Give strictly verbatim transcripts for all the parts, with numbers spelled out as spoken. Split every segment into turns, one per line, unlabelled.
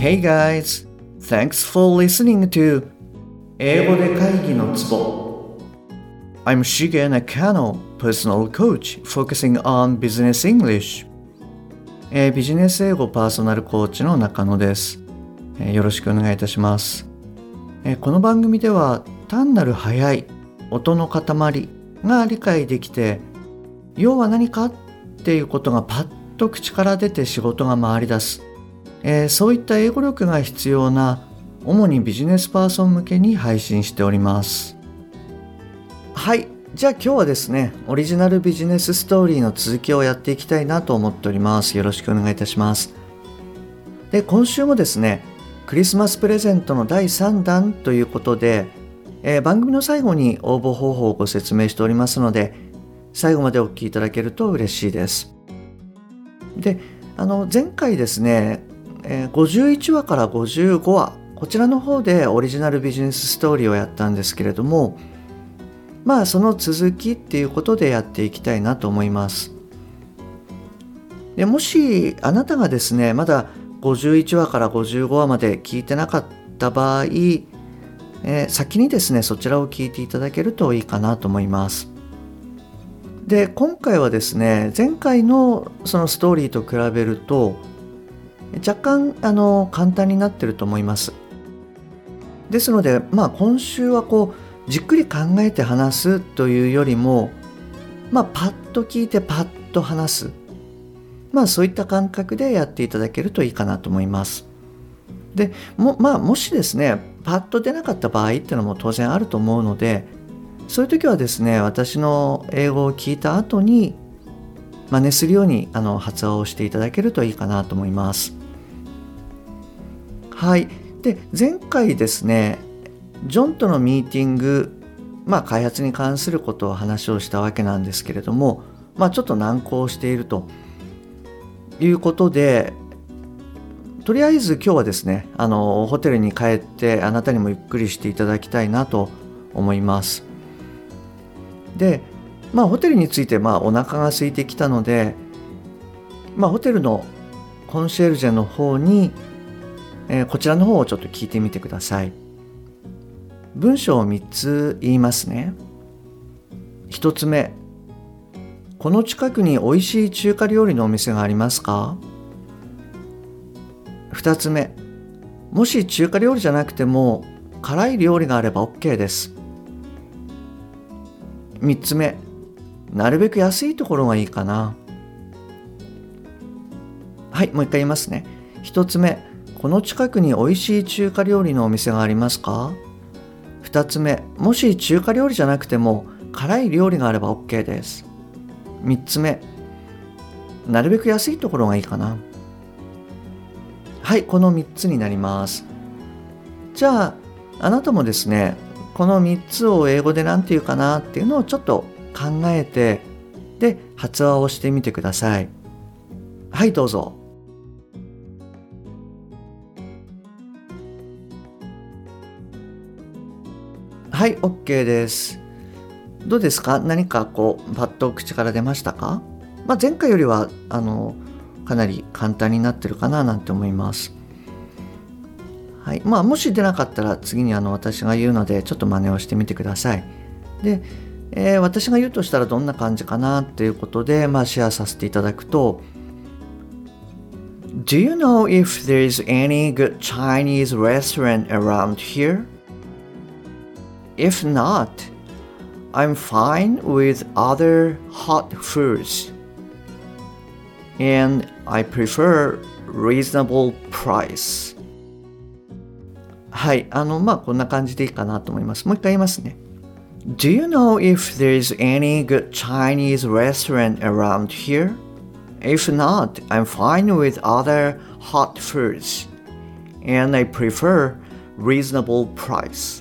Hey guys, thanks for listening to 英語で会議のツボ I'm Shige Nakano, personal coach focusing on business English、えー、ビジネス英語パーソナルコーチの中野です、えー、よろしくお願いいたします、えー、この番組では単なる速い音の塊が理解できて、要は何かっていうことがパッと口から出て仕事が回り出す、えー、そういった英語力が必要な主にビジネスパーソン向けに配信しております。はい、じゃあ今日はですね、オリジナルビジネスストーリーの続きをやっていきたいなと思っております。よろしくお願いいたします。で、今週もですね、クリスマスプレゼントのだいさんだんということで、えー、番組の最後に応募方法をご説明しておりますので、最後までお聞きいただけると嬉しいです。で、あの前回ですね、えー、ごじゅういちわからごじゅうごわ、こちらの方でオリジナルビジネスストーリーをやったんですけれども、まあその続きっていうことでやっていきたいなと思います。で、もしあなたがですね、まだごじゅういちわからごじゅうごわまで聞いてなかった場合、えー、先にですねそちらを聞いていただけるといいかなと思います。で、今回はですね、前回のそのストーリーと比べると若干あの簡単になってると思います。ですので、まあ今週はこうじっくり考えて話すというよりも、まあパッと聞いてパッと話す、まあそういった感覚でやっていただけるといいかなと思います。でも、まあもしですねパッと出なかった場合っていうのも当然あると思うので、そういう時はですね、私の英語を聞いた後に真似するようにあの発話をしていただけるといいかなと思います。はい。で、前回ですね、ジョンとのミーティング、まあ開発に関することを話をしたわけなんですけれども、まあちょっと難航しているということで、とりあえず今日はですね、あのホテルに帰ってあなたにもゆっくりしていただきたいなと思います。で、まあホテルについてまあお腹が空いてきたので、まあホテルのコンシェルジェの方に、えー、こちらの方をちょっと聞いてみてください。文章をみっつ言いますね。ひとつめ、この近くに美味しい中華料理のお店がありますか？ふたつめ、もし中華料理じゃなくても辛い料理があれば OK です。みっつめ、なるべく安いところがいいかな。はい、もう一回言いますね。ひとつめ、この近くに美味しい中華料理のお店がありますか？ふたつめ、もし中華料理じゃなくても辛い料理があれば OK です。みっつめ、なるべく安いところがいいかな。はい、このみっつになります。じゃあ、あなたもですね、このみっつを英語で何て言うかなっていうのをちょっと考えて、で、発話をしてみてください。はい、どうぞ。はい、OK です。どうですか？何かこう、パッと口から出ましたか？まあ、前回よりは、あの、かなり簡単になってるかななんて思います。はい、まあもし出なかったら次にあの私が言うのでちょっと真似をしてみてください。で、えー、私が言うとしたらどんな感じかなっていうことで、まあシェアさせていただくと、Do you know if there is any good Chinese restaurant around here? If not, I'm fine with other hot foods. And I prefer reasonable price. はい、あの、まあ、こんな感じでいいかなと思います。もう一回言いますね。Do you know if there is any good Chinese restaurant around here? If not, I'm fine with other hot foods. And I prefer reasonable price.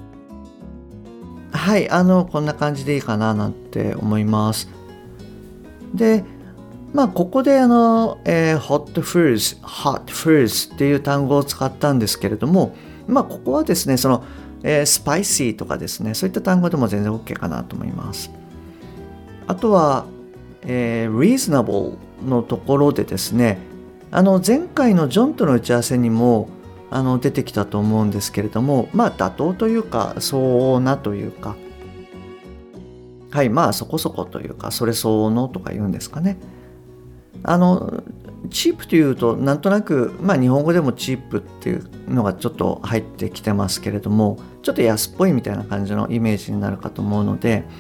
はい、あの、こんな感じでいいかななんて思います。で、まあここであの、えー、hot foods, hot foods っていう単語を使ったんですけれども、まあここはですね、その、えー、spicy とかですね、そういった単語でも全然 OK かなと思います。あとは、えー、reasonable のところでですね、 あの前回のジョンとの打ち合わせにもあの出てきたと思うんですけれども、まあ妥当というか相応なというか、はいまあそこそこというかそれ相応のとか言うんですかね。あのチープというとなんとなく、まあ日本語でもチープっていうのがちょっと入ってきてますけれども、ちょっと安っぽいみたいな感じのイメージになるかと思うので、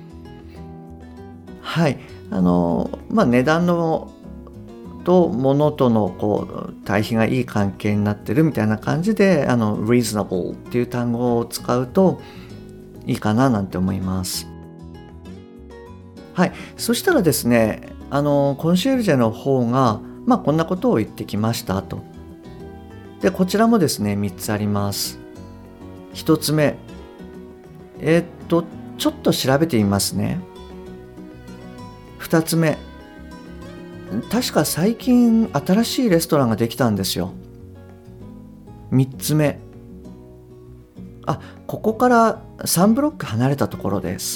はいあのまあ値段のと物とのこう対比がいい関係になってるみたいな感じで、あの reasonable っていう単語を使うといいかななんて思います。はい、そしたらですね、あのコンシェルジェの方が、まあ、こんなことを言ってきましたと。でこちらもですねみっつあります。ひとつめ、えーっとちょっと調べてみますね。ふたつめ、確か最近新しいレストランができたんですよ。みっつめ、あ、ここからさんブロック離れたところです。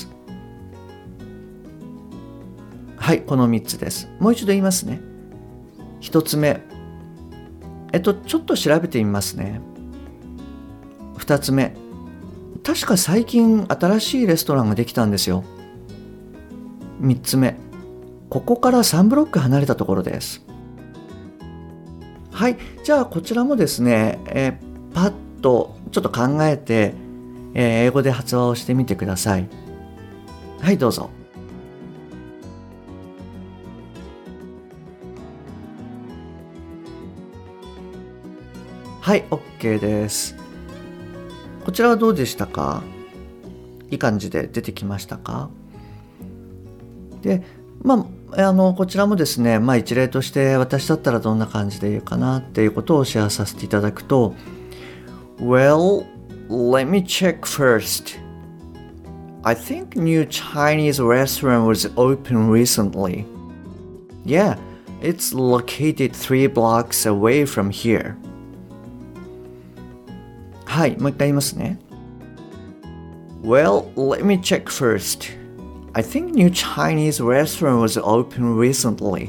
はい、このみっつです。もう一度言いますね。ひとつめ、えっと、ちょっと調べてみますね。ふたつめ、確か最近新しいレストランができたんですよ。みっつめ、ここからさんブロック離れたところです。はい、じゃあこちらもですね、えーパッとちょっと考えて、えー英語で発話をしてみてください。はい、どうぞ。はい、OK です。こちらはどうでしたか？いい感じで出てきましたか？で、まあ、あのこちらもですね、まあ、一例として私だったらどんな感じで言うかなっていうことをシェアさせていただくと、 Well, let me check first. I think new Chinese restaurant was opened recently. Yeah, it's located three blocks away from here. はい、もう一回言いますね。Well, let me check first. I think new Chinese restaurant was opened recently.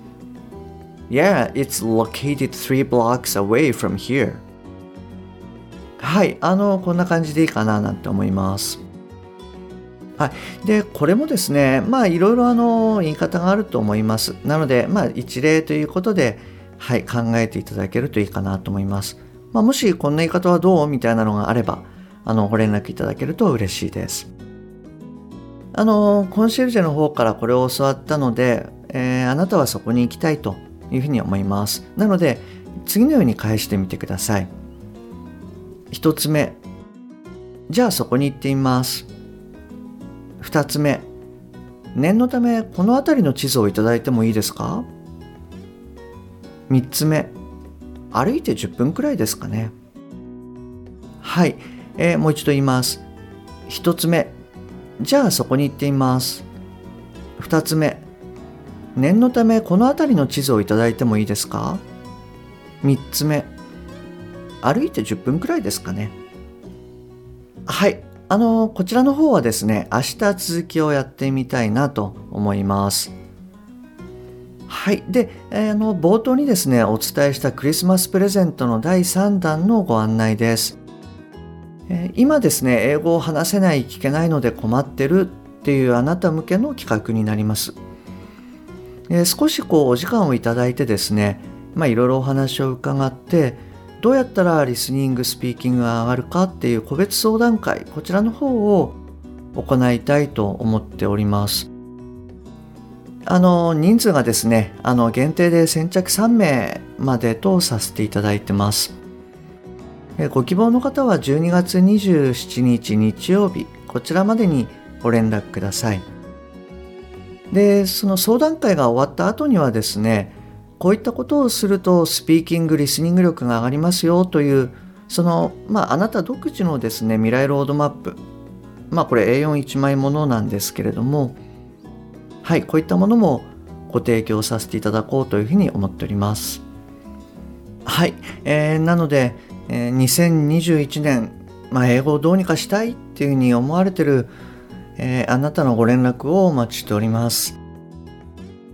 Yeah, it's located three blocks away from here. はい、あの、こんな感じでいいかななんて思います。はい。で、これもですね、まあ、いろいろあの、言い方があると思います。なので、まあ、一例ということで、はい、考えていただけるといいかなと思います。まあ、もしこんな言い方はどうみたいなのがあれば、あの、ご連絡いただけると嬉しいです。あの、コンシェルジェの方からこれを教わったので、えーあなたはそこに行きたいというふうに思います。なので、次のように返してみてください。一つ目、じゃあそこに行ってみます。二つ目、念のためこの辺りの地図をいただいてもいいですか？三つ目、歩いてじゅっぷんくらいですかね。はい、えーもう一度言います。一つ目、じゃあそこに行ってみます。二つ目、念のためこの辺りの地図をいただいてもいいですか？三つ目、歩いてじゅっぷんくらいですかね。はい、あのこちらの方はですね、明日続きをやってみたいなと思います。はい、で、えーあの冒頭にですねお伝えしたクリスマスプレゼントのだいさんだんのご案内です。えー今ですね英語を話せない、聞けないので困ってるっていうあなた向けの企画になります。えー少しこうお時間をいただいてですね、まあいろいろお話を伺って、どうやったらリスニングスピーキングが上がるかっていう個別相談会、こちらの方を行いたいと思っております。あの人数がですね、あの限定で先着さんめいまでとさせていただいてます。えーご希望の方はじゅうにがつにじゅうしちにち日曜日、こちらまでにご連絡ください。で、その相談会が終わった後にはですね、こういったことをするとスピーキング、リスニング力が上がりますよという、その、まあ、あなた独自のですね、未来ロードマップ。まあ、これ エーよんいち 枚ものなんですけれども、はい、こういったものもご提供させていただこうというふうに思っております。はい、えーなので、えーにせんにじゅういちねん、まあ、英語をどうにかしたいっていうふうに思われている、えーあなたのご連絡をお待ちしております。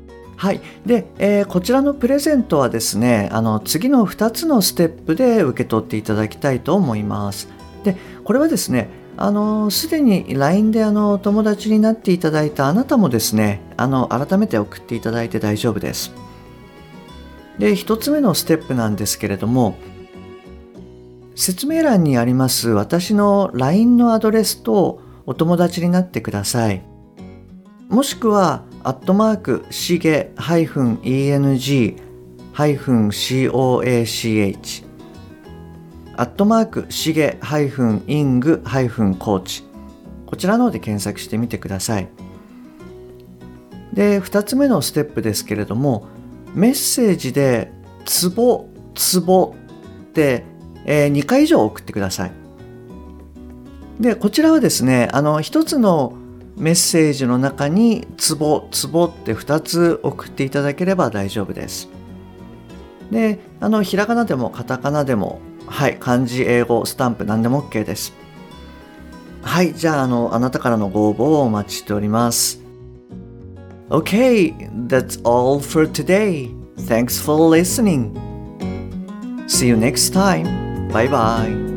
はい。で、えーこちらのプレゼントはですね、あの、次のふたつのステップで受け取っていただきたいと思います。で、これはですね、あの、すでに ライン であの、お友達になっていただいたあなたもですね、あの、改めて送っていただいて大丈夫です。で、ひとつめのステップなんですけれども、説明欄にあります私の ライン のアドレスとお友達になってください。もしくは、アットマーク、しげ -eng-coach、アットマーク、しげ -ing-coach、こちらの方で検索してみてください。で、ふたつめのステップですけれども、メッセージで、ツボ、ツボって、えーにかい以上送ってください。で、こちらはですね、あの、ひとつのメッセージの中に、ツボ、ツボってふたつ送っていただければ大丈夫です。で、あの、ひらがなでもカタカナでも、はい、漢字、英語、スタンプ、何でも OK です。はい、じゃあ、あの、あなたからのご応募をお待ちしております。Okay, that's all for today. Thanks for listening. See you next time. Bye bye.